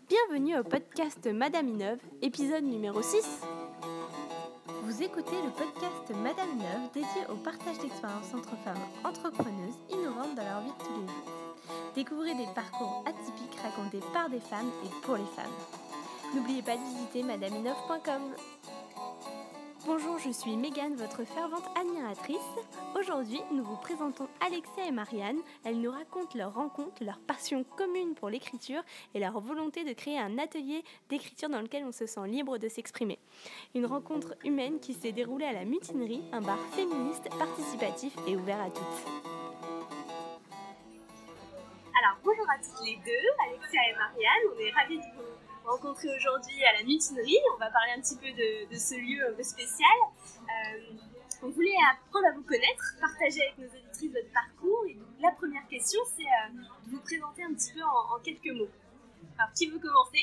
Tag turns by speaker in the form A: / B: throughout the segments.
A: Bienvenue au podcast Madame Innove, épisode numéro 6. Vous écoutez le podcast Madame Innove dédié au partage d'expériences entre femmes entrepreneuses innovantes dans leur vie de tous les jours. Découvrez des parcours atypiques racontés par des femmes et pour les femmes. N'oubliez pas de visiter madameinnove.com. Bonjour, je suis Mégane, votre fervente admiratrice. Aujourd'hui, nous vous présentons Alexia et Marianne. Elles nous racontent leur rencontre, leur passion commune pour l'écriture et leur volonté de créer un atelier d'écriture dans lequel on se sent libre de s'exprimer. Une rencontre humaine qui s'est déroulée à la Mutinerie, un bar féministe, participatif et ouvert à toutes.
B: Alors bonjour à toutes les deux, Alexia et Marianne, on est ravis de vous rencontrer aujourd'hui à la Mutinerie. On va parler un petit peu de ce lieu un peu spécial. On voulait apprendre à vous connaître, partager avec nos auditrices votre parcours. Et donc la première question, c'est de vous présenter un petit peu en quelques mots. Alors qui veut commencer?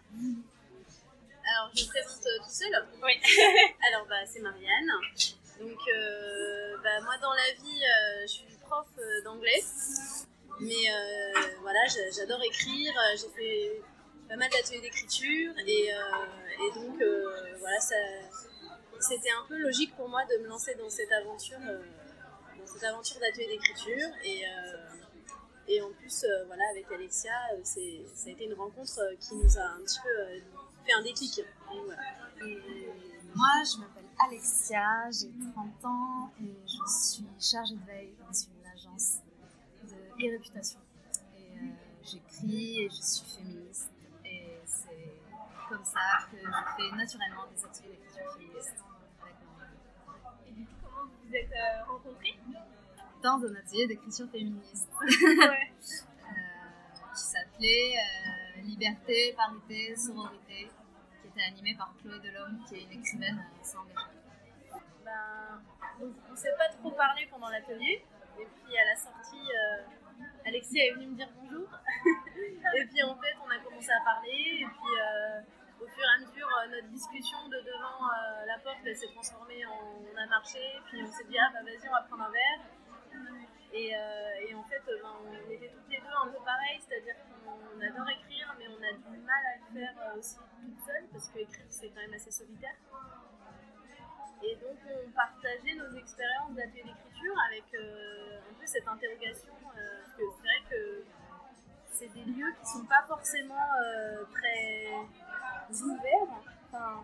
C: Alors je me présente tout seul.
B: Oui.
C: Alors c'est Marianne. Donc moi dans la vie je suis prof d'anglais. Mais voilà, j'adore écrire, j'ai fait pas mal d'ateliers d'écriture et donc voilà, c'était un peu logique pour moi de me lancer dans cette aventure d'atelier d'écriture et en plus voilà, avec Alexia, ça a été une rencontre qui nous a un petit peu fait un déclic. Donc, voilà.
D: Moi, je m'appelle Alexia, j'ai 30 ans et je suis chargée de veille dans une agence et réputation. Et j'écris et je suis féministe. Et c'est comme ça que je fais naturellement des ateliers d'écriture féministe avec mon mari.
B: Et du coup, comment vous vous êtes rencontrés?
D: Dans un atelier d'écriture féministe.
B: Ouais.
D: Qui s'appelait Liberté, Parité, Sororité, qui était animé par Chloé Delhomme, qui est une écrivaine assez engagée.
C: On ne s'est pas trop parlé pendant l'atelier. Et puis à la sortie, Alexia est venue me dire bonjour. Et puis en fait, on a commencé à parler. Et puis au fur et à mesure, notre discussion de devant la porte, elle s'est transformée en on a marché. Puis on s'est dit, vas-y, on va prendre un verre. Et en fait, on était toutes les deux un peu pareilles. C'est-à-dire qu'on adore écrire, mais on a du mal à le faire aussi toute seule. Parce qu'écrire, c'est quand même assez solitaire. Et donc on partageait nos expériences d'atelier d'écriture avec un peu cette interrogation, parce que c'est vrai que c'est des lieux qui ne sont pas forcément très ouverts. Enfin,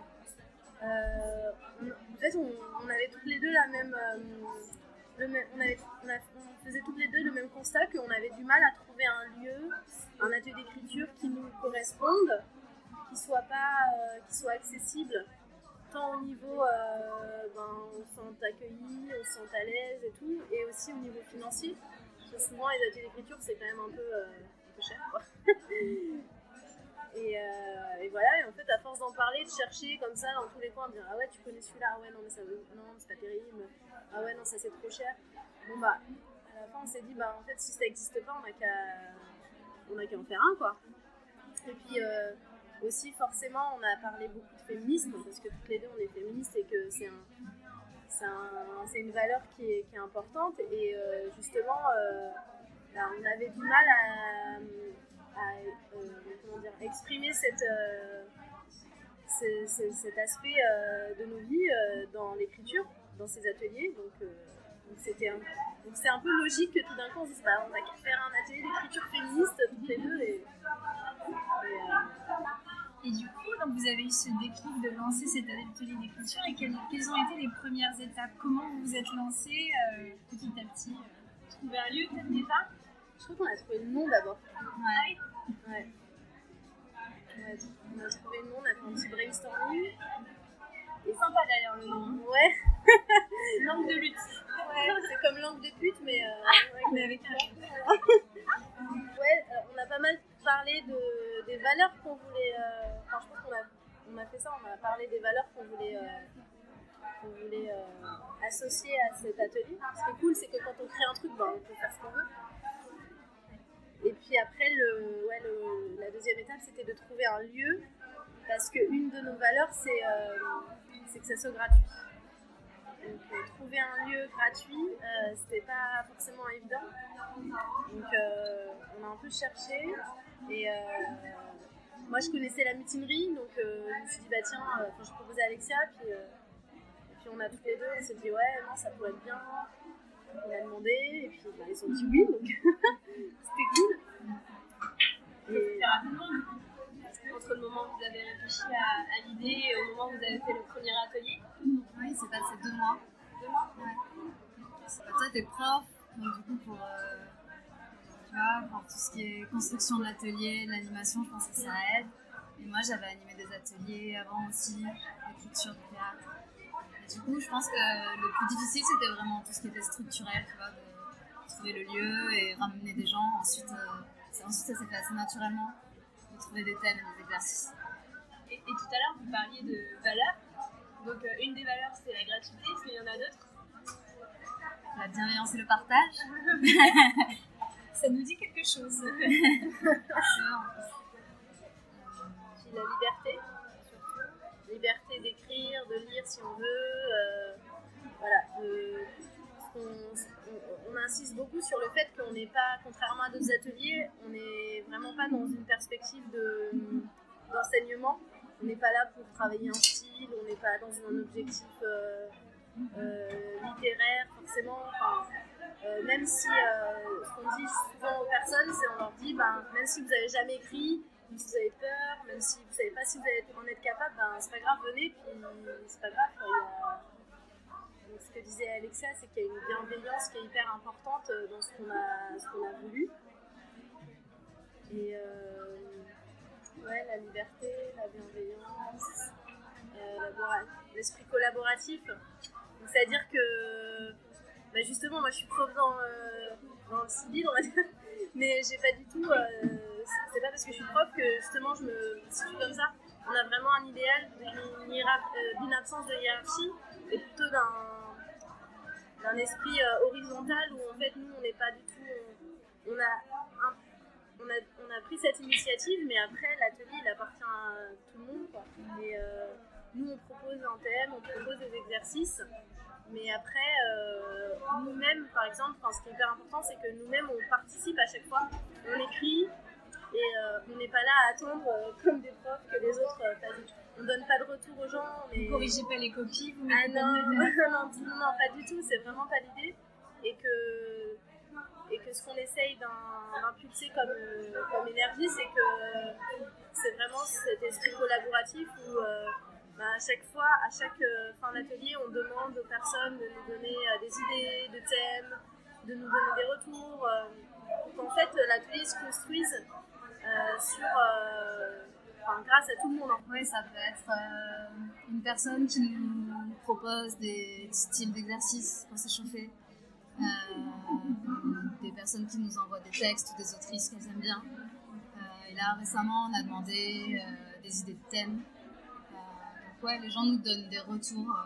C: en fait, on avait toutes les deux la même, on faisait toutes les deux le même constat, qu'on avait du mal à trouver un lieu, un atelier d'écriture qui nous corresponde, qui soit accessible. Tant au niveau, on se sent accueilli, on se sent à l'aise et tout, et aussi au niveau financier. Parce que souvent, les ateliers d'écriture, c'est quand même un peu cher, quoi. et voilà, et en fait, à force d'en parler, de chercher comme ça dans tous les coins, de dire ah ouais, tu connais celui-là, ah ouais, non, mais ça veut, non, c'est pas terrible, ah ouais, non, ça c'est trop cher. Bon, à la fin, on s'est dit, en fait, si ça n'existe pas, on a qu'à en faire un, quoi. Et puis, aussi, forcément, on a parlé beaucoup de féminisme, parce que toutes les deux, on est féministes et que c'est une valeur qui est importante. Et justement, on avait du mal à exprimer cet aspect de nos vies dans l'écriture, dans ces ateliers. Donc c'est un peu logique que tout d'un coup, on se dise on va faire un atelier d'écriture féministe, toutes les deux.
D: Et du coup, donc vous avez eu ce déclic de lancer cet atelier d'écriture et quelles ont été les premières étapes? Comment vous vous êtes lancés petit à petit?
B: Trouver un lieu peut-être déjà?
C: Je crois qu'on a trouvé le nom d'abord.
D: Ouais.
C: On a trouvé le nom, on a fait un petit brainstorming.
B: Et sympa d'ailleurs le nom.
C: Ouais.
B: Langue de lutte.
C: Ouais, c'est comme langue de pute, mais
D: avec un
C: ouais, on a pas mal parlé des valeurs qu'on voulait. Je pense qu'on a fait ça, on a parlé des valeurs qu'on voulait associer à cet atelier. Ce qui est cool, c'est que quand on crée un truc, on peut faire ce qu'on veut. Et puis après, la deuxième étape, c'était de trouver un lieu, parce qu'une de nos valeurs, c'est que ça soit gratuit. Donc trouver un lieu gratuit, c'était pas forcément évident. Donc on a un peu cherché et moi je connaissais la mutinerie, donc je me suis dit bah tiens, je proposais à Alexia, et puis on a toutes les deux, on s'est dit ouais non ça pourrait être bien. On a demandé et puis bah, ils ont dit oui, donc c'était cool.
B: Et rapidement, entre le moment où vous avez réfléchi à l'idée et au moment où vous avez fait le premier atelier.
D: Oui, c'est passé 2 mois.
B: 2 mois.
D: Ouais. Toi, t'es prof, donc du coup, pour tout ce qui est construction de l'atelier, de l'animation, je pense que ça aide. Et moi, j'avais animé des ateliers avant aussi, d'écriture, de théâtre. Et du coup, je pense que le plus difficile, c'était vraiment tout ce qui était structurel, tu vois, de trouver le lieu et ramener des gens. Ensuite, ça s'est fait assez naturellement, de trouver des thèmes et des exercices.
B: Et tout à l'heure, vous parliez de valeurs. Donc, une des valeurs, c'est la gratuité. Est-ce qu'il y en a d'autres?
D: La bienveillance et le partage.
A: Ça nous dit quelque chose.
C: Puis la liberté, surtout. Liberté d'écrire, de lire si on veut. On insiste beaucoup sur le fait qu'on n'est pas, contrairement à d'autres ateliers, on n'est vraiment pas dans une perspective d'enseignement. On n'est pas là pour travailler un style, on n'est pas dans un objectif littéraire forcément. Même si ce qu'on dit souvent aux personnes, c'est on leur dit même si vous n'avez jamais écrit, même si vous avez peur, même si vous ne savez pas si vous allez en être capable, c'est pas grave, venez, puis c'est pas grave. Donc, ce que disait Alexia, c'est qu'il y a une bienveillance qui est hyper importante dans ce qu'on a voulu. Et la liberté, la bienveillance, l'esprit collaboratif. Donc, c'est-à-dire que justement, moi je suis prof dans le civil, on va dire, mais j'ai pas du tout. C'est pas parce que je suis prof que justement je me situe comme ça. On a vraiment un idéal d'une absence de hiérarchie et plutôt d'un esprit horizontal où en fait nous on n'est pas du tout. On a pris cette initiative, mais après l'atelier il appartient à tout le monde, quoi. Et nous on propose un thème, on propose des exercices. Mais après, nous-mêmes, par exemple, ce qui est hyper important, c'est que nous-mêmes, on participe à chaque fois. On écrit et on n'est pas là à attendre, comme des profs, que les autres fassent. On ne donne pas de retour aux gens.
A: Vous ne corrigez pas les copies, vous
C: mettez
A: pas de notes.
C: Non, pas du tout. C'est vraiment pas l'idée. Et que ce qu'on essaye d'impulser comme énergie, c'est que c'est vraiment cet esprit collaboratif où... à chaque fin d'atelier, on demande aux personnes de nous donner des idées, de thèmes, de nous donner des retours. Qu'en fait, l'atelier se construise grâce à tout le monde.
D: Oui, ça peut être une personne qui nous propose des styles d'exercice pour s'échauffer, des personnes qui nous envoient des textes ou des autrices qu'elles aiment bien. Et là, récemment, on a demandé des idées de thèmes. Ouais, les gens nous donnent des retours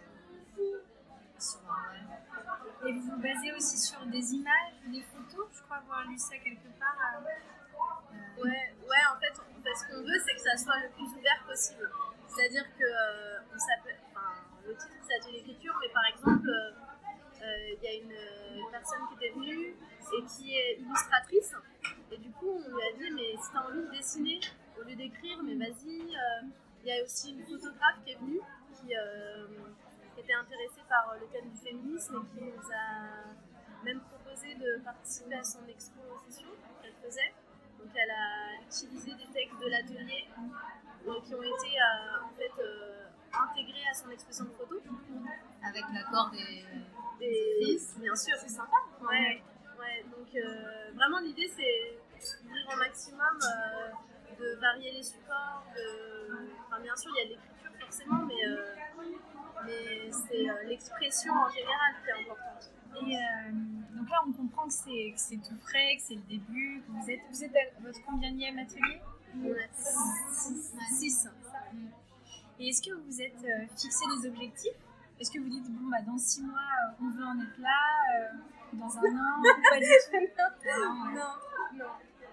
A: Et vous vous basez aussi sur des images, des photos? Je crois avoir lu ça quelque part.
C: Ouais, en fait, ce qu'on veut, c'est que ça soit le plus ouvert possible. C'est-à-dire que le titre, c'est atelier d'écriture, mais par exemple, il y a une personne qui était venue et qui est illustratrice. Et du coup, on lui a dit, mais si tu as envie de dessiner, au lieu d'écrire, mais vas-y... Il y a aussi une photographe qui est venue, qui était intéressée par le thème du féminisme et qui nous a même proposé de participer à son exposition qu'elle faisait. Donc elle a utilisé des textes de l'atelier qui ont été intégrés à son exposition de photos.
D: Avec l'accord des
C: autrices, bien sûr. C'est sympa. Ouais. Donc vraiment l'idée c'est d'ouvrir au maximum, de varier les supports, bien sûr il y a l'écriture forcément, mais c'est l'expression en général qui est importante.
A: Et donc là on comprend que c'est tout frais, que c'est le début, que vous êtes à votre combienième atelier?
C: On a 6.
A: Et est-ce que vous vous êtes fixé des objectifs? Est-ce que vous dites dans 6 mois on veut en être là, dans un an, pas du tout?
C: Non.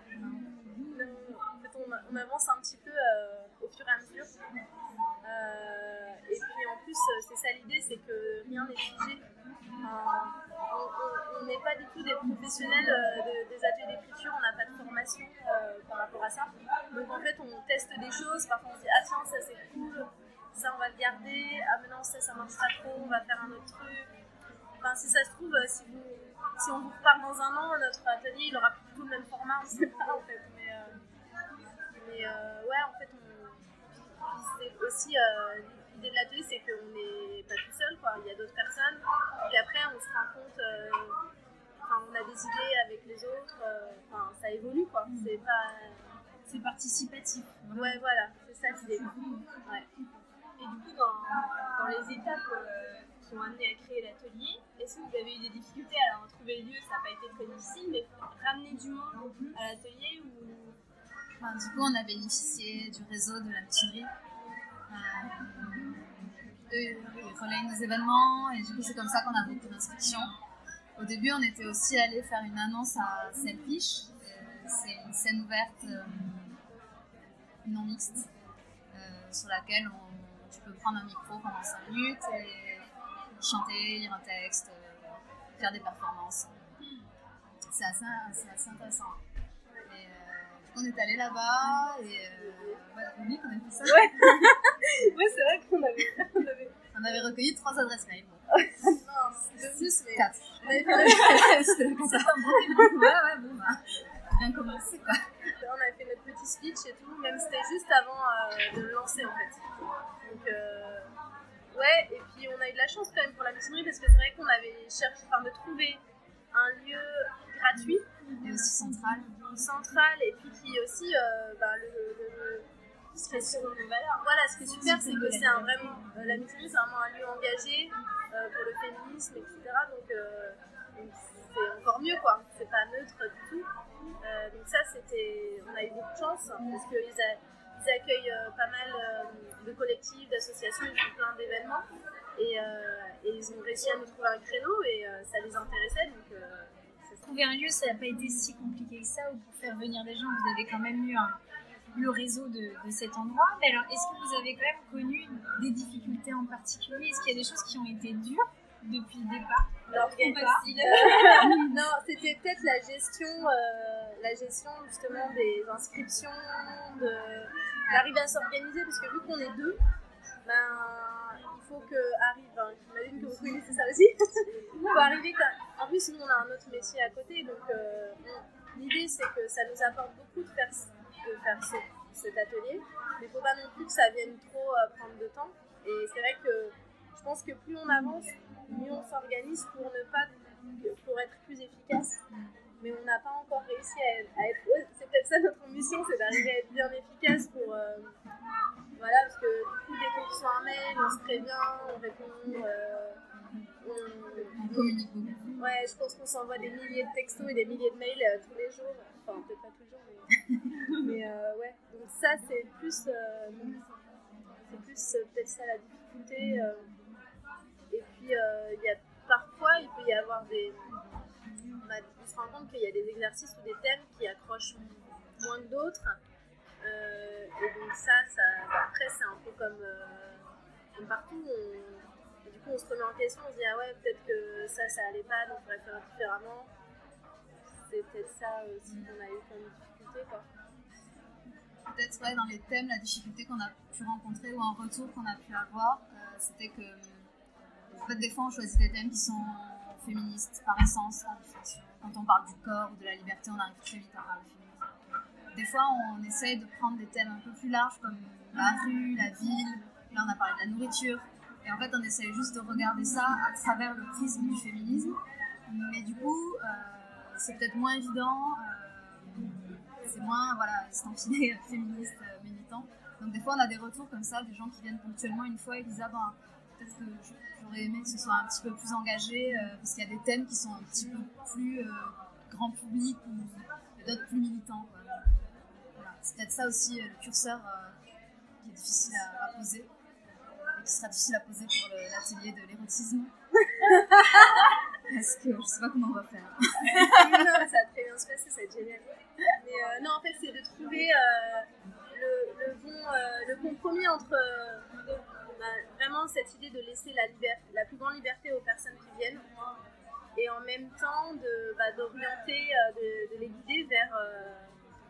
C: On avance un petit peu au fur et à mesure. Et puis en plus, c'est ça l'idée, c'est que rien n'est figé. On n'est pas du tout des professionnels des ateliers d'écriture, on n'a pas de formation par rapport à ça. Donc en fait, on teste teste des choses, parfois on se dit ah tiens ça c'est cool, ça on va le garder, ah mais non ça marche pas trop, on va faire un autre truc. Enfin si ça se trouve, si on vous repart dans un an, notre atelier il aura plus tout le même format, on sait pas en fait. Mais ouais en fait c'est aussi l'idée de l'atelier c'est qu'on n'est pas tout seul quoi, il y a d'autres personnes, donc après on se rend compte, on a des idées avec les autres, ça évolue quoi,
D: c'est participatif.
C: Ouais voilà, c'est ça l'idée. Ouais.
B: Et du coup dans les étapes qui ont amené à créer l'atelier, est-ce que vous avez eu des difficultés? Alors trouver le lieu ça n'a pas été très difficile, mais ramener du monde à l'atelier ou...
D: Du coup, on a bénéficié du réseau de la mutinerie. Ils relayent nos événements et du coup, c'est comme ça qu'on a beaucoup d'inscriptions. Au début, on était aussi allé faire une annonce à Selfish. C'est une scène ouverte non mixte sur laquelle tu peux prendre un micro pendant 5 minutes et chanter, lire un texte, faire des performances. C'est assez intéressant. On est allé là-bas et oui, on a fait ça.
C: Ouais, ouais c'est vrai qu'on avait
D: recueilli 3 adresses mail.
C: Non, 6, mais
D: 4.
C: C'était
D: comme ça. Ouais, bon, bien commencé quoi.
C: On avait fait notre petit speech et tout, même c'était juste avant de le lancer en fait. Donc, ouais, et puis on a eu de la chance quand même pour la mutinerie parce que c'est vrai qu'on avait cherché de trouver un lieu gratuit.
D: Et aussi
C: central et puis qui aussi
B: ce qui est sur nos valeurs.
C: Voilà, ce qui est super c'est que c'est vraiment la mutinerie c'est vraiment un lieu engagé pour le féminisme etc. Donc c'est encore mieux quoi, c'est pas neutre du tout. Donc ça on a eu beaucoup de chance parce qu'ils accueillent pas mal de collectifs, d'associations, ils font plein d'événements et ils ont réussi à nous trouver un créneau et ça les intéressait donc
E: trouver un lieu, ça n'a pas été si compliqué que ça, ou pour faire venir des gens, vous avez quand même eu le réseau de cet endroit. Mais alors, est-ce que vous avez quand même connu des difficultés en particulier? Est-ce qu'il y a des choses qui ont été dures depuis le départ?
C: Non, c'était peut-être la gestion justement des inscriptions, d'arriver à s'organiser, parce que vu qu'on est 2, il faut j'imagine que vous connaissez ça aussi, il faut arriver en plus nous on a un autre métier à côté, donc l'idée c'est que ça nous apporte beaucoup de faire cet atelier, mais il ne faut pas non plus que ça vienne trop prendre de temps, et c'est vrai que je pense que plus on avance, mieux on s'organise pour être plus efficace, mais on n'a pas encore réussi à être c'est peut-être ça notre mission, c'est d'arriver à être bien efficace pour voilà, parce que du coup, dès qu'on reçoit un mail, on se prévient, on répond,
D: on communique beaucoup.
C: Ouais, je pense qu'on s'envoie des milliers de textos et des milliers de mails tous les jours. Enfin, peut-être pas toujours, mais ouais. Donc ça, c'est plus peut-être ça la difficulté. Et puis, parfois, il peut y avoir on se rend compte qu'il y a des exercices ou des thèmes qui accrochent moins que d'autres. Et donc ça après c'est un peu comme partout, du coup on se remet en question, on se dit ah ouais peut-être que ça allait pas, donc on pourrait faire différemment. C'est peut-être ça aussi qu'on a eu comme difficulté quoi.
D: Peut-être ouais, dans les thèmes, la difficulté qu'on a pu rencontrer ou un retour qu'on a pu avoir, c'était que en fait des fois on choisit des thèmes qui sont féministes par essence, par définition. Quand on parle du corps ou de la liberté, on arrive très vite à parler féminisme. Des fois, on essaye de prendre des thèmes un peu plus larges comme la rue, la ville. Là, on a parlé de la nourriture. Et en fait, on essaye juste de regarder ça à travers le prisme du féminisme. Mais du coup, c'est peut-être moins évident. C'est moins, estampillé féministe, militant. Donc des fois, on a des retours comme ça, des gens qui viennent ponctuellement une fois et qui disent peut-être que j'aurais aimé que ce soit un petit peu plus engagé, parce qu'il y a des thèmes qui sont un petit peu plus grand public ou d'autres plus militants. Quoi. C'est peut-être ça aussi le curseur qui est difficile à poser et qui sera difficile à poser pour l'atelier de l'érotisme. Parce que je sais pas comment on va faire.
C: Non, ça va très bien se passer, ça va être génial. Mais non, en fait, c'est de trouver le compromis entre vraiment cette idée de laisser la plus grande liberté aux personnes qui viennent et en même temps d'orienter, de les guider vers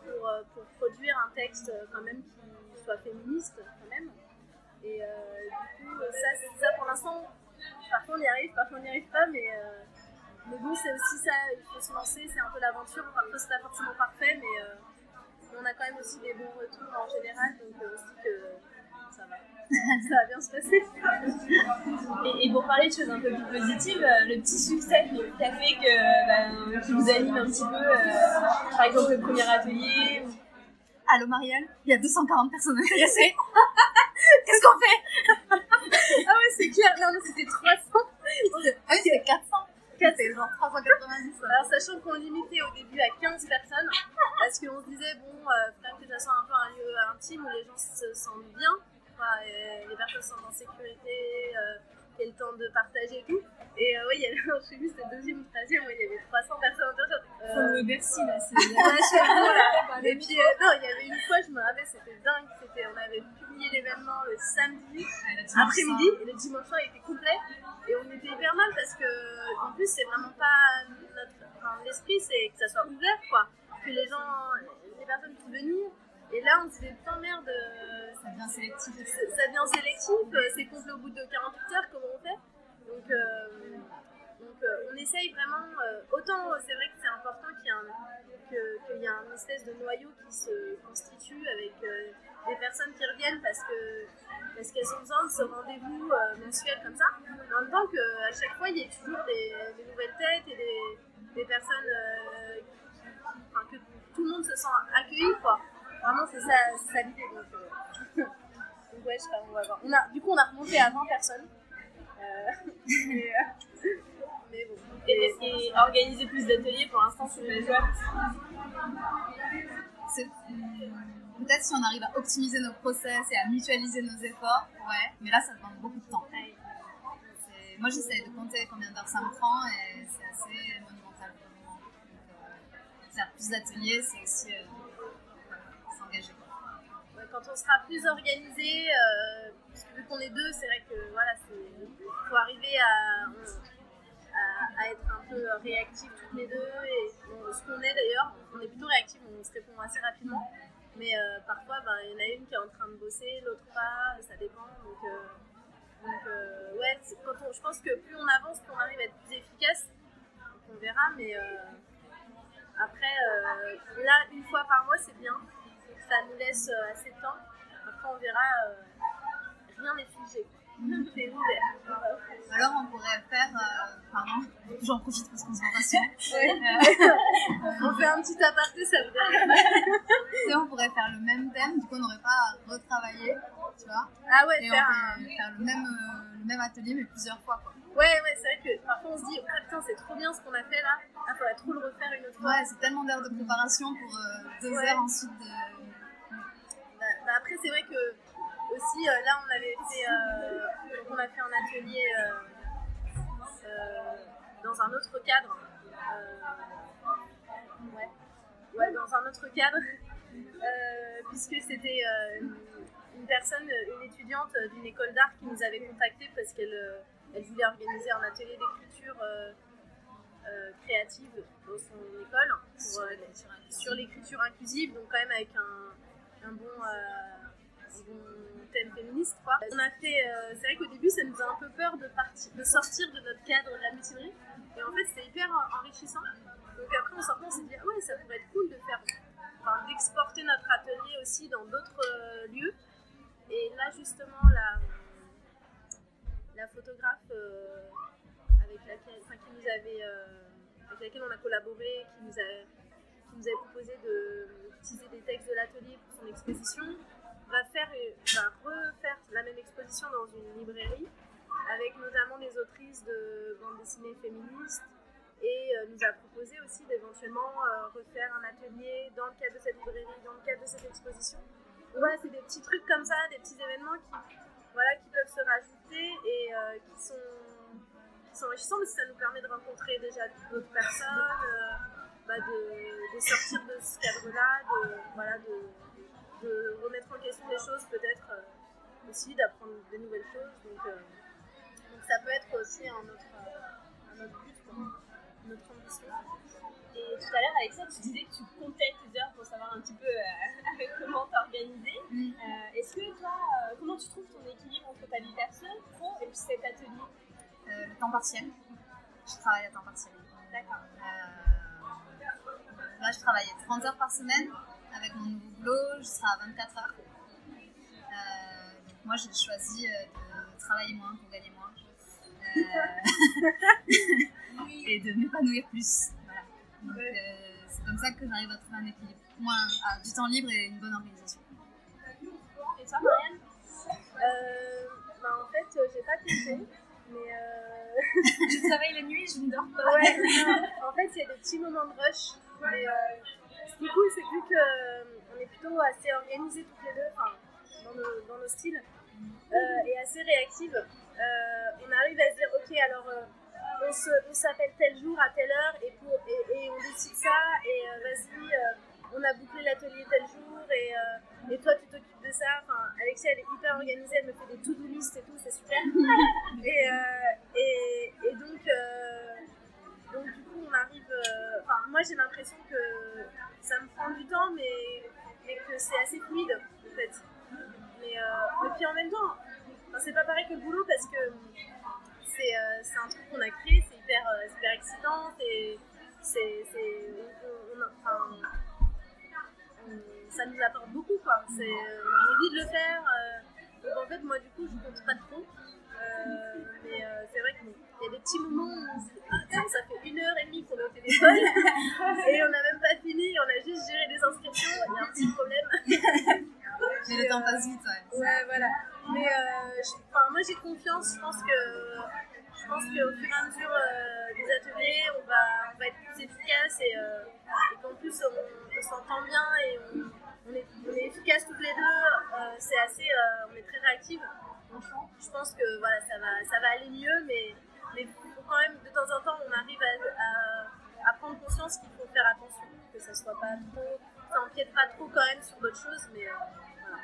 C: pour produire un texte quand même qui soit féministe quand même. Et du coup, ça pour l'instant, parfois on y arrive, parfois on n'y arrive pas, mais bon, c'est aussi ça, il faut se lancer, c'est un peu l'aventure. Parfois c'est pas forcément parfait, mais on a quand même aussi des bons retours en général, donc aussi que ça va. Ça va bien se passer.
B: Et pour parler de choses un peu plus positives, le petit succès qu'a fait qui vous anime un petit peu, par exemple le premier atelier.
D: Allô Marielle, il y a 240 personnes intéressées. Qu'est-ce qu'on fait?
C: Ah ouais, c'est clair. Non, c'était 300.
D: Ah oui, c'était 400. C'était genre 390.
C: Alors, sachant qu'on limitait au début à 15 personnes, parce qu'on se disait, bon, faut quand même que ça soit un peu un lieu intime où les gens se sentent bien, les personnes se sentent en sécurité, qu'il y ait le temps de partager et tout. Et oui, il y avait, je sais plus, c'était le deuxième ou troisième, il y avait 300 personnes intéressées.
E: Faut louer Bercy, là, c'est...
C: Et puis, non, il y avait une fois, je me rappelle, c'était dingue, on avait publié l'événement le samedi après-midi, et le dimanche soir, il était complet. Et on était hyper mal parce que, en plus, c'est vraiment pas l'esprit, c'est que ça soit ouvert, quoi. Que les personnes puissent venir. Et là, on se dit, putain, merde.
D: Ça devient sélectif.
C: Ça devient sélectif, c'est complet au bout de 48 heures, comment on fait? Donc, on essaye vraiment. Autant, c'est vrai que c'est important qu'il y ait un espèce de noyau qui se constitue avec des personnes qui reviennent parce qu'elles ont besoin de ce rendez-vous mensuel comme ça. Mais en même temps qu'à chaque fois, il y ait toujours des nouvelles têtes et des personnes que tout le monde se sent accueilli, quoi. Vraiment, c'est ça l'idée. Donc ouais, je sais pas, on va voir. Du coup, on a remonté à 20 personnes. Mais bon.
B: Et organiser plus d'ateliers, pour l'instant, c'est pas jouable.
D: Peut-être si on arrive à optimiser nos process et à mutualiser nos efforts, ouais, mais là, ça demande beaucoup de temps. Moi, j'essaie de compter combien d'heures ça me prend et c'est assez monumental pour le moment. Donc, faire plus d'ateliers, c'est aussi s'engager.
C: Quand on sera plus organisé, parce que vu qu'on est deux, c'est vrai que voilà, faut arriver à être un peu réactifs toutes les deux. Et ce qu'on est d'ailleurs, on est plutôt réactifs, on se répond assez rapidement. Mais parfois, il y en a une qui est en train de bosser, l'autre pas, ça dépend. Donc ouais, je pense que plus on avance, plus on arrive à être plus efficace. Donc on verra, mais après, là, une fois par mois, c'est bien. Ça nous laisse assez de temps. Après, on verra, rien n'est figé. C'est ouvert.
D: Alors, on pourrait faire. Pardon, j'en profite parce qu'on se voit pas souvent.
C: On fait un petit aparté, ça vous donne.
D: On pourrait faire le même thème, du coup, on n'aurait pas à retravailler, tu vois.
C: Ah ouais,
D: et faire le même atelier, mais plusieurs fois, quoi.
C: Ouais, c'est vrai que parfois on se dit, oh putain, c'est trop bien ce qu'on a fait là. Ah, faudrait trop le refaire une autre fois.
D: Ouais, c'est tellement d'heures de préparation pour 2 heures ensuite de.
C: Après, c'est vrai que aussi là, on avait fait, on a fait un atelier dans un autre cadre. Dans un autre cadre, puisque c'était une personne, une étudiante d'une école d'art qui nous avait contactés parce qu'elle voulait organiser un atelier d'écriture créative dans son école sur l'écriture inclusive, donc quand même avec un bon thème féministe, quoi. On a fait, c'est vrai qu'au début ça nous a un peu peur de sortir de notre cadre de la mutinerie, et en fait c'était hyper enrichissant. Donc après en sortant on s'est dit ah ouais, ça pourrait être cool d'exporter notre atelier aussi dans d'autres lieux. Et là justement la photographe avec laquelle on a collaboré, qui nous avait proposé d'utiliser des textes de l'atelier pour son exposition, va refaire la même exposition dans une librairie avec notamment des autrices de bande dessinée féministes, et nous a proposé aussi d'éventuellement refaire un atelier dans le cadre de cette librairie, dans le cadre de cette exposition. Donc voilà, c'est des petits trucs comme ça, des petits événements qui peuvent se rajouter et qui sont enrichissants, parce que ça nous permet de rencontrer déjà d'autres personnes, de sortir de ce cadre-là, de remettre en question des choses, peut-être aussi d'apprendre de nouvelles choses. Donc ça peut être aussi un autre but, notre ambition.
B: Et tout à l'heure, Alexia, tu disais que tu comptais tes heures pour savoir un petit peu comment t'organiser. Est-ce que toi, comment tu trouves ton équilibre entre ta vie perso, pro et puis cet atelier?
D: Le temps partiel. Je travaille à temps partiel.
B: D'accord.
D: Là, je travaillais 30 heures par semaine. Avec mon nouveau boulot, je serai à 24 heures. Donc moi, j'ai choisi de travailler moins pour gagner moins. Et de m'épanouir plus. Voilà. Donc c'est comme ça que j'arrive à trouver un équilibre. Du temps libre et une bonne organisation.
B: Et toi, Marianne?
C: En fait, j'ai pas compté, mais
E: Je travaille la nuit, je ne dors pas.
C: ouais, non. En fait, il y a des petits moments de rush. Mais ce qui est cool, c'est que vu qu'on est plutôt assez organisés toutes les deux, dans nos styles, et assez réactives, on arrive à se dire, ok, alors on s'appelle tel jour à telle heure, et on décide ça, et vas-y, on a bouclé l'atelier tel jour, et toi tu t'occupes de ça. Enfin, Alexia, elle est hyper organisée, elle me fait des to-do list et tout, c'est super. et donc du coup on arrive, moi j'ai l'impression que ça me prend du temps, mais que c'est assez fluide en fait. Mais puis en même temps, c'est pas pareil que le boulot, parce que c'est un truc qu'on a créé, c'est hyper excitant, ça nous apporte beaucoup, quoi. On a envie de le faire, donc en fait moi du coup je compte pas trop, mais c'est vrai qu'il y a des petits moments où ça fait 1h30 qu'on est au téléphone et on n'a même pas fini, on a juste géré des inscriptions, il y a un petit problème.
D: Mais le temps passe vite, ouais.
C: Ouais, voilà. Mais moi j'ai confiance, je pense qu'au fur et à mesure des ateliers, on va être plus efficace, et qu'en plus on s'entend bien, et on est efficaces toutes les deux, on est très réactives. Je pense que voilà, ça va aller mieux, mais faut quand même, de temps en temps, on arrive à prendre conscience qu'il faut faire attention, que ça soit pas trop, ça empiète pas trop quand même sur d'autres choses, mais voilà.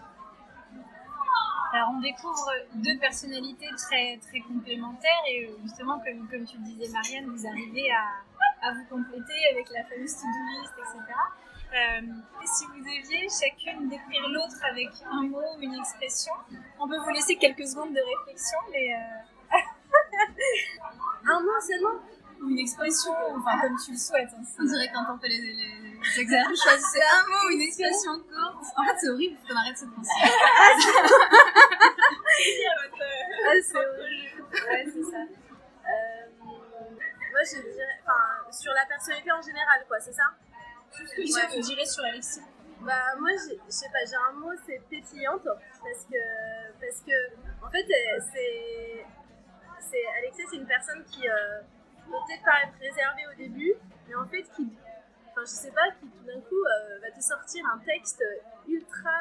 E: Alors on découvre deux personnalités très, très complémentaires, et justement comme tu le disais, Marianne, vous arrivez à vous compléter avec la fameuse to-do list, etc. Et si vous deviez chacune décrire l'autre avec un mot ou une expression, on peut vous laisser quelques secondes de réflexion, mais
C: Un mot seulement?
E: ou une expression, enfin comme tu le souhaites. Hein.
D: On dirait quand on fait les exercices, choisissez un mot ou une expression courte. En fait, c'est horrible qu'on arrête cette pensée.
C: C'est horrible. Ouais, c'est ça. Moi, je dirais, sur la personnalité en général, quoi, c'est ça?
E: Je dirais sur Alexia.
C: Moi, je sais pas, j'ai un mot, c'est pétillante, parce que en fait, Alexia, c'est une personne qui peut peut-être paraître réservée au début, mais en fait, je sais pas, qui tout d'un coup va te sortir un texte ultra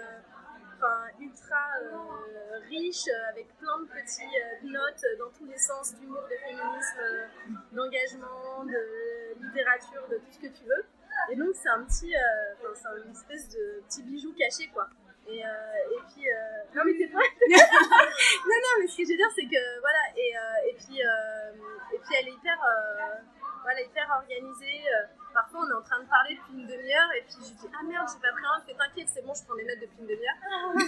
C: riche, avec plein de petites notes dans tous les sens, d'humour, de féminisme, d'engagement, de littérature, de tout ce que tu veux. Et donc c'est c'est une espèce de petit bijou caché, quoi. Et puis non mais c'est pas non mais ce que je veux dire, c'est que voilà, et puis elle est hyper organisée. Parfois on est en train de parler depuis une demi-heure, et puis je dis ah merde, j'ai pas pris un, fais t'inquiète, c'est bon, je prends des notes depuis une demi-heure.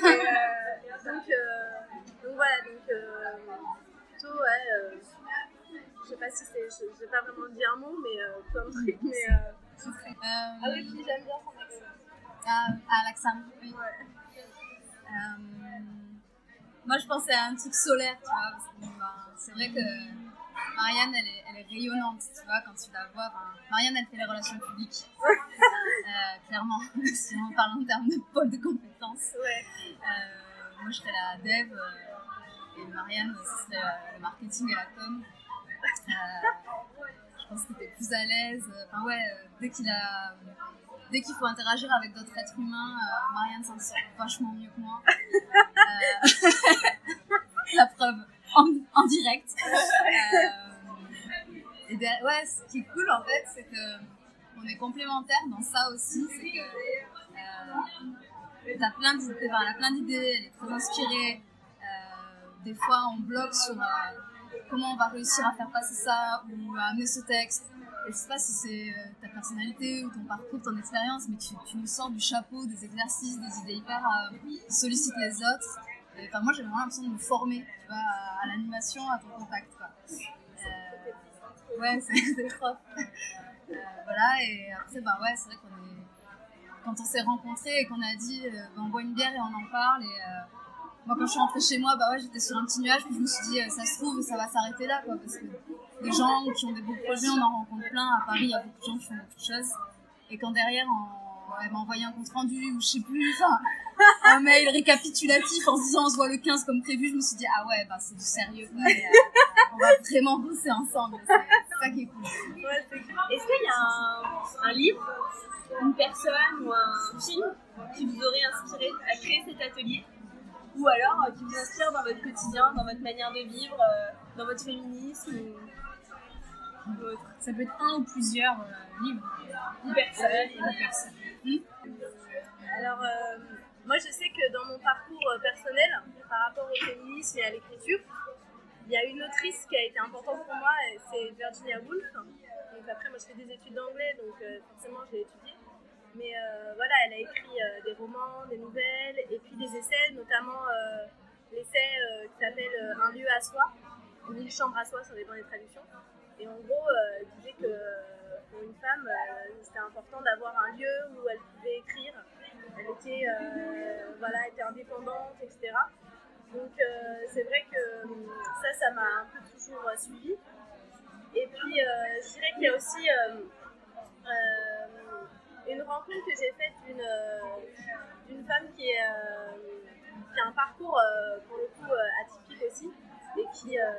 C: Donc voilà, plutôt je sais pas si je vais pas vraiment dire un mot, mais plein de trucs, mais ah oui, puis j'aime bien son accent.
D: L'accent, oui.
C: Ouais.
D: Moi, je pensais à un truc solaire, tu vois, parce que c'est vrai que Marianne, elle est rayonnante, tu vois, quand tu la vois. Marianne, elle fait les relations publiques, clairement, si on parle en termes de pôle de compétences.
C: Ouais.
D: Moi, je serais la dev, et Marianne, ce serait le marketing et la com. Je pense que t'es plus à l'aise. Dès qu'il faut interagir avec d'autres êtres humains, Marianne s'en sort vachement mieux que moi. La preuve en direct. Ce qui est cool en fait, c'est qu'on est complémentaires dans ça aussi. C'est que elle a plein d'idées, elle est très inspirée. Des fois, on bloque sur comment on va réussir à faire passer ça ou à amener ce texte. je sais pas si c'est ta personnalité ou ton parcours, ton expérience, mais tu nous sors du chapeau des exercices, des idées hyper qui sollicitent les autres. Enfin, moi, j'ai vraiment l'impression de me former, tu vois, à l'animation, à ton contact, quoi. Ouais, c'est des profs. Voilà, et après, ouais, c'est vrai quand on s'est rencontrés et qu'on a dit, on boit une bière et on en parle, et moi, quand je suis rentrée chez moi, ouais, j'étais sur un petit nuage, puis je me suis dit, ça se trouve, ça va s'arrêter là, quoi, parce que des gens qui ont des beaux projets, on en rencontre plein. À Paris, il y a beaucoup de gens qui font beaucoup de choses. Et quand derrière, elle m'a envoyé un compte rendu, ou je sais plus, un mail récapitulatif en se disant on se voit le 15 comme prévu, je me suis dit, ah ouais, c'est du sérieux, quoi, et, on va vraiment bosser ensemble. C'est ça qui est cool.
B: Ouais, c'est cool. Est-ce qu'il y a un livre, une personne ou un film qui vous aurait inspiré à créer cet atelier? Ou alors qui vous inspire dans votre quotidien, dans votre manière de vivre, dans votre féminisme ou autre?
E: Ça peut être un ou plusieurs livres.
B: Ou personne.
C: Alors, moi je sais que dans mon parcours personnel, par rapport au féminisme et à l'écriture, il y a une autrice qui a été importante pour moi, c'est Virginia Woolf. Donc après, moi je fais des études d'anglais, donc forcément je l'ai étudiée. Mais voilà, elle a écrit des romans, des nouvelles, et puis des essais, notamment l'essai qui s'appelle Un lieu à soi, ou Une chambre à soi, ça dépend des traductions. Et en gros, elle disait que pour une femme, c'était important d'avoir un lieu où elle pouvait écrire. Elle était indépendante, etc. Donc c'est vrai que ça m'a un peu toujours suivie. Et puis je dirais qu'il y a aussi une rencontre que j'ai faite d'une femme qui a un parcours pour le coup atypique aussi, et qui a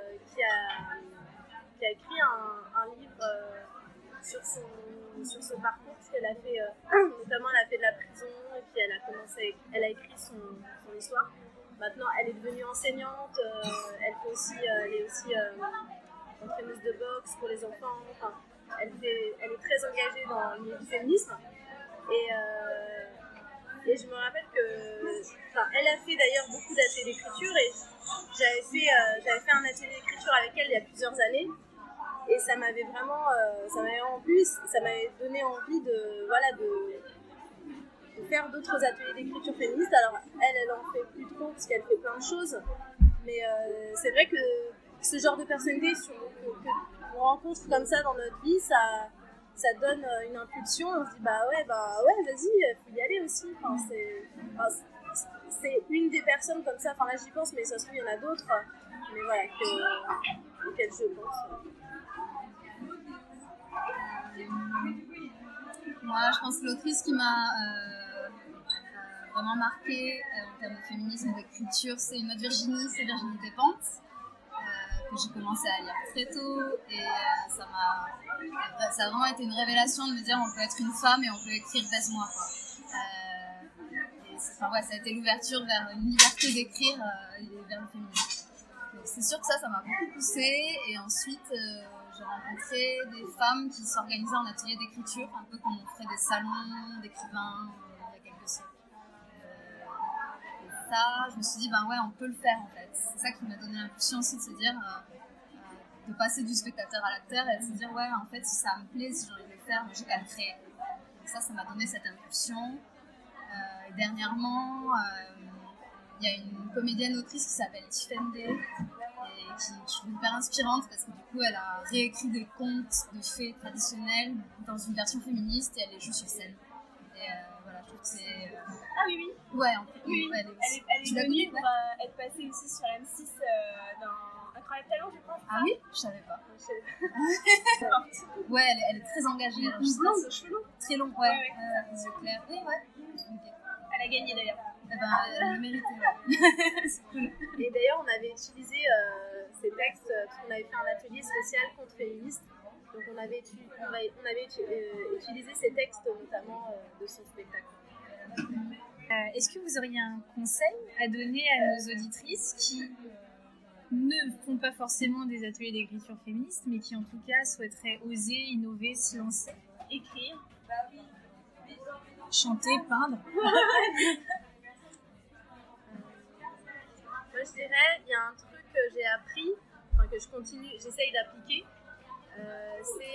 C: écrit un livre sur son parcours, parce qu'elle a fait notamment elle a fait de la prison, et puis elle a écrit son histoire. Maintenant elle est devenue enseignante, elle est aussi entraîneuse de boxe pour les enfants. Enfin, elle est très engagée dans le milieu du féminisme, et je me rappelle elle a fait d'ailleurs beaucoup d'ateliers d'écriture, et j'avais fait un atelier d'écriture avec elle il y a plusieurs années, et ça m'avait vraiment plu, ça m'avait donné envie de faire d'autres ateliers d'écriture féministe. Alors elle en fait plus trop parce qu'elle fait plein de choses, mais c'est vrai que ce genre de personnalité qu'on rencontre comme ça dans notre vie, ça donne une impulsion. On se dit ouais, vas-y, il faut y aller aussi. C'est une des personnes comme ça, là j'y pense, mais ça se trouve il y en a d'autres, mais voilà, auxquelles je pense.
D: Moi, je pense que l'autrice qui m'a vraiment marquée en termes de féminisme et d'écriture, c'est une autre Virginie, c'est Virginie Despentes, que j'ai commencé à lire très tôt, et ça a vraiment été une révélation de me dire on peut être une femme et on peut écrire baise-moi, quoi. Ça a été l'ouverture vers une liberté d'écrire et vers le féminisme. Donc c'est sûr que ça m'a beaucoup poussée, et ensuite j'ai rencontré des femmes qui s'organisaient en atelier d'écriture, un peu comme on ferait des salons d'écrivains il y a quelques siècles. Et ça, je me suis dit, ouais, on peut le faire en fait. C'est ça qui m'a donné l'impulsion aussi de se dire, de passer du spectateur à l'acteur, et de se dire, ouais, en fait, si ça me plaît, si j'ai envie de le faire, j'ai qu'à le créer. Donc ça m'a donné cette impulsion. Et dernièrement, il y a une comédienne autrice qui s'appelle Tifende, et qui je trouve hyper inspirante, parce que du coup elle a réécrit des contes de fées traditionnels dans une version féministe, et elle les joue sur scène. Et voilà, je trouve que c'est...
B: Ah oui.
D: Ouais, en fait,
B: oui.
D: Elle
B: est venue pour être passée aussi sur M6 dans Incroyable Talent, je pense.
D: Ah oui, je savais pas. Ouais, elle est très engagée. Alors,
B: blonde, cheveux longs.
D: Très long, ouais. Les yeux clairs. Oui, ouais. Okay.
B: Elle a gagné d'ailleurs.
D: Elle le méritait, ouais. C'est cool.
C: Et d'ailleurs, on avait utilisé ces textes, parce qu'on avait fait un atelier spécial contre féministe. Donc on avait utilisé ces textes notamment de son spectacle.
E: Est-ce que vous auriez un conseil à donner à nos auditrices qui ne font pas forcément des ateliers d'écriture féministe, mais qui en tout cas souhaiteraient oser, innover, se lancer,
B: écrire,
E: chanter, peindre?
C: Moi je dirais, il y a un truc que j'ai appris, que j'essaye d'appliquer, c'est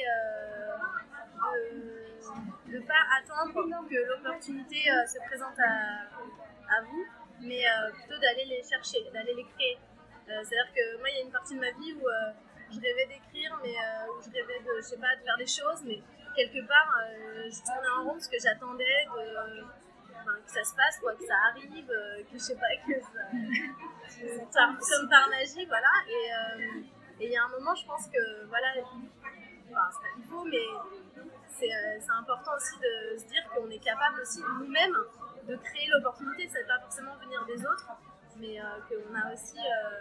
C: de ne pas attendre que l'opportunité se présente à vous, mais plutôt d'aller les chercher, d'aller les créer. C'est-à-dire que moi, il y a une partie de ma vie où je rêvais d'écrire, mais où je rêvais de, je sais pas, de faire des choses, mais quelque part, je tournais en rond parce que j'attendais que ça se passe, quoi, que ça arrive, que je sais pas, que ça comme par magie, voilà. Et il y a un moment, je pense que, voilà, enfin, c'est pas qu'il faut, mais c'est important aussi de se dire qu'on est capable aussi nous-mêmes de créer l'opportunité. C'est pas forcément venir des autres, mais qu'on a aussi,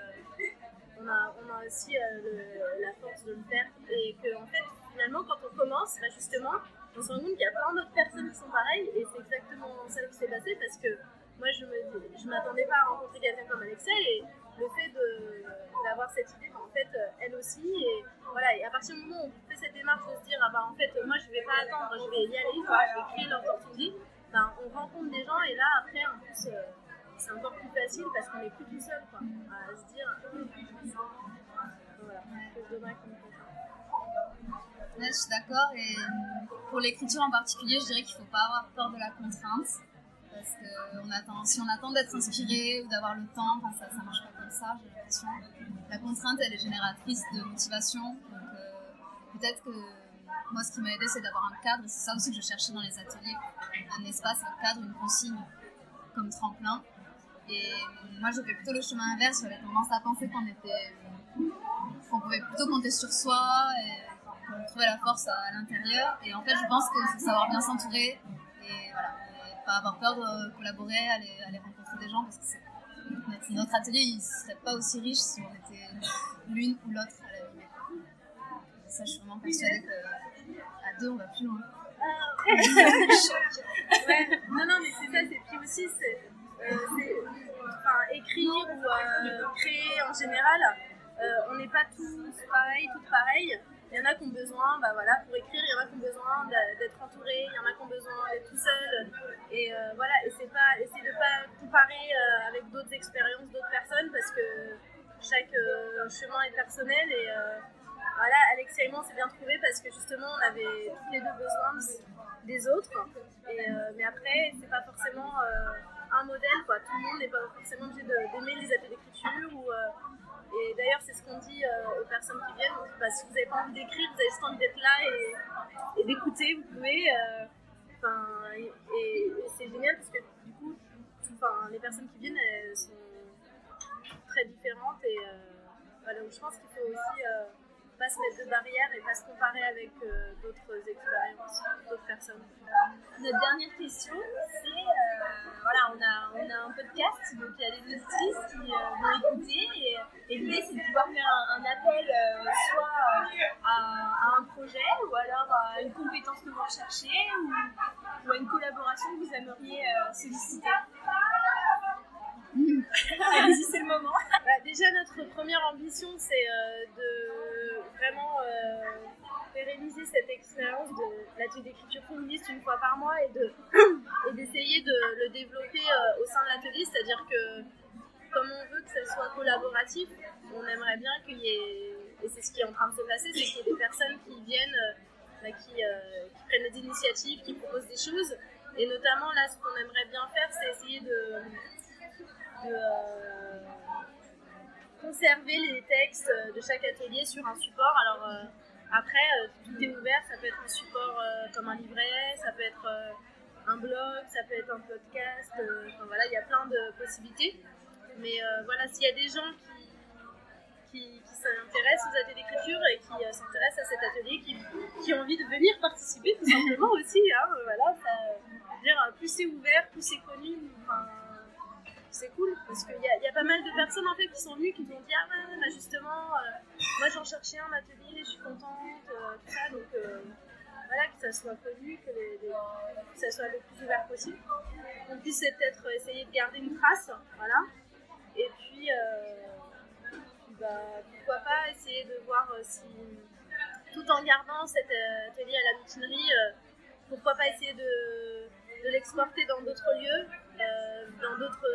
C: la force de le faire. Et qu'en fait, finalement, quand on commence, bah justement, on se rend compte qu'il y a plein d'autres personnes qui sont pareilles, et c'est exactement ça qui s'est passé, parce que moi, je m'attendais pas à rencontrer quelqu'un comme Alexia, et le fait d'avoir cette idée, en fait, elle aussi, et voilà, et à partir du moment où on fait cette démarche de se dire, ah bah en fait, moi je vais pas attendre, je vais y aller, quoi, je vais créer l'opportunité, ben, on rencontre des gens, et là, après, en plus, c'est encore plus facile parce qu'on n'est plus tout seul, quoi, à se dire, voilà, que je donnerais comme conseil.
D: Ouais, je suis d'accord, et pour l'écriture en particulier, je dirais qu'il ne faut pas avoir peur de la contrainte, parce que si on attend d'être inspiré ou d'avoir le temps, ça ne marche pas comme ça, j'ai l'impression. La contrainte, elle est génératrice de motivation, donc peut-être que moi, ce qui m'a aidé, c'est d'avoir un cadre, et c'est ça aussi que je cherchais dans les ateliers, un espace, un cadre, une consigne comme tremplin. Et moi, j'ai fait plutôt le chemin inverse, j'avais tendance à penser qu'on pouvait plutôt compter sur soi, et qu'on trouvait la force à l'intérieur. Et en fait, je pense qu'il faut savoir bien s'entourer, et voilà, et pas avoir peur de collaborer, aller rencontrer des gens, parce que notre atelier, il ne serait pas aussi riche si on était l'une ou l'autre à la limite. Et ça, je suis vraiment persuadée qu'à deux, on va plus loin.
C: Ouais. Non, mais c'est ça, et puis aussi, écrire ou créer en général, on n'est pas tous pareils, toutes pareilles. Il y en a qui ont besoin, pour écrire, il y en a qui ont besoin d'être entourés, il y en a qui ont besoin d'être tout seuls. Et voilà, et c'est pas, essayer de ne pas comparer avec d'autres expériences, d'autres personnes, parce que chaque chemin est personnel. Et voilà, Alexia et moi, on s'est bien trouvés parce que justement, on avait tous les deux besoin des autres. Et, mais après, c'est pas forcément un modèle, quoi. Tout le monde n'est pas forcément obligé d'aimer les ateliers d'écriture. Et d'ailleurs, c'est ce qu'on dit aux personnes qui viennent. Si vous n'avez pas envie d'écrire, vous avez juste envie d'être là et d'écouter, vous pouvez. Et c'est génial parce que du coup, les personnes qui viennent, elles sont très différentes. Et voilà, donc je pense qu'il faut aussi pas se mettre de barrières et pas se comparer avec d'autres expériences, d'autres personnes.
B: Notre dernière question, c'est on a un podcast, donc il y a des auditrices qui vont écouter, et l'idée c'est de pouvoir faire un appel soit à un projet, ou alors à une compétence que vous recherchez, ou à une collaboration que vous aimeriez solliciter. Allez-y, c'est le moment.
C: Déjà, notre première ambition, c'est de vraiment pérenniser cette expérience de l'atelier d'écriture féministe une fois par mois, et d'essayer de le développer au sein de l'atelier. C'est-à-dire que, comme on veut que ça soit collaboratif, on aimerait bien qu'il y ait, et c'est ce qui est en train de se passer, c'est qu'il y ait des personnes qui viennent, qui prennent des initiatives, qui proposent des choses. Et notamment, là, ce qu'on aimerait bien faire, c'est essayer de conserver les textes de chaque atelier sur un support. Alors après, tout est ouvert, ça peut être un support comme un livret, ça peut être un blog, ça peut être un podcast, il y a plein de possibilités. Mais voilà, s'il y a des gens qui s'intéressent aux ateliers d'écriture et qui s'intéressent à cet atelier, qui ont envie de venir participer tout simplement aussi, plus c'est ouvert, plus c'est connu, c'est cool, parce qu'il y a pas mal de personnes en fait qui sont venues, qui nous ont dit justement, moi j'en cherchais un atelier, je suis contente, tout ça, donc voilà, que ça soit connu, que ça soit le plus ouvert possible, qu'on puisse peut-être essayer de garder une trace, voilà, et puis pourquoi pas essayer de voir si, tout en gardant cet atelier à la mutinerie, pourquoi pas essayer de l'exporter dans d'autres lieux, dans d'autres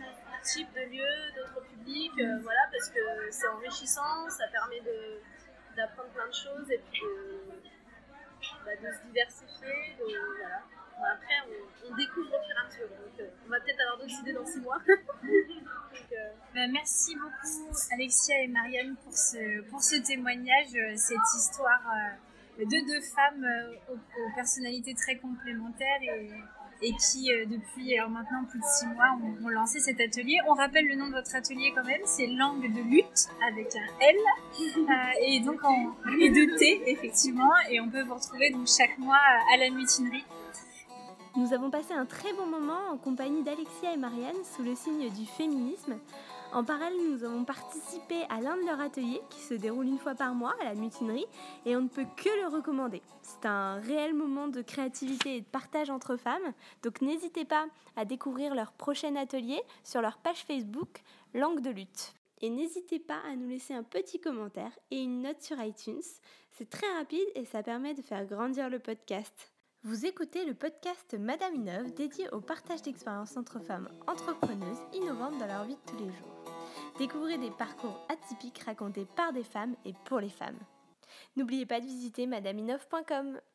C: types de lieux, d'autres publics, parce que c'est enrichissant, ça permet d'apprendre plein de choses et puis de se diversifier. Voilà. Après, on découvre au fur et à mesure. Donc, on va peut-être avoir d'autres idées dans 6 mois. Donc,
E: merci beaucoup Alexia et Marianne pour ce témoignage, cette histoire de deux femmes aux personnalités très complémentaires et qui depuis alors maintenant plus de 6 mois ont lancé cet atelier. On rappelle le nom de votre atelier quand même, c'est Langue de lutte avec un L et donc et de T effectivement, et on peut vous retrouver donc chaque mois à la mutinerie.
A: Nous avons passé un très bon moment en compagnie d'Alexia et Marianne sous le signe du féminisme. En parallèle, nous avons participé à l'un de leurs ateliers qui se déroule une fois par mois à la mutinerie et on ne peut que le recommander. C'est un réel moment de créativité et de partage entre femmes, donc n'hésitez pas à découvrir leur prochain atelier sur leur page Facebook Langue de lutte. Et n'hésitez pas à nous laisser un petit commentaire et une note sur iTunes. C'est très rapide et ça permet de faire grandir le podcast. Vous écoutez le podcast Madame Innove dédié au partage d'expériences entre femmes entrepreneuses innovantes dans leur vie de tous les jours. Découvrez des parcours atypiques racontés par des femmes et pour les femmes. N'oubliez pas de visiter madameinnove.com.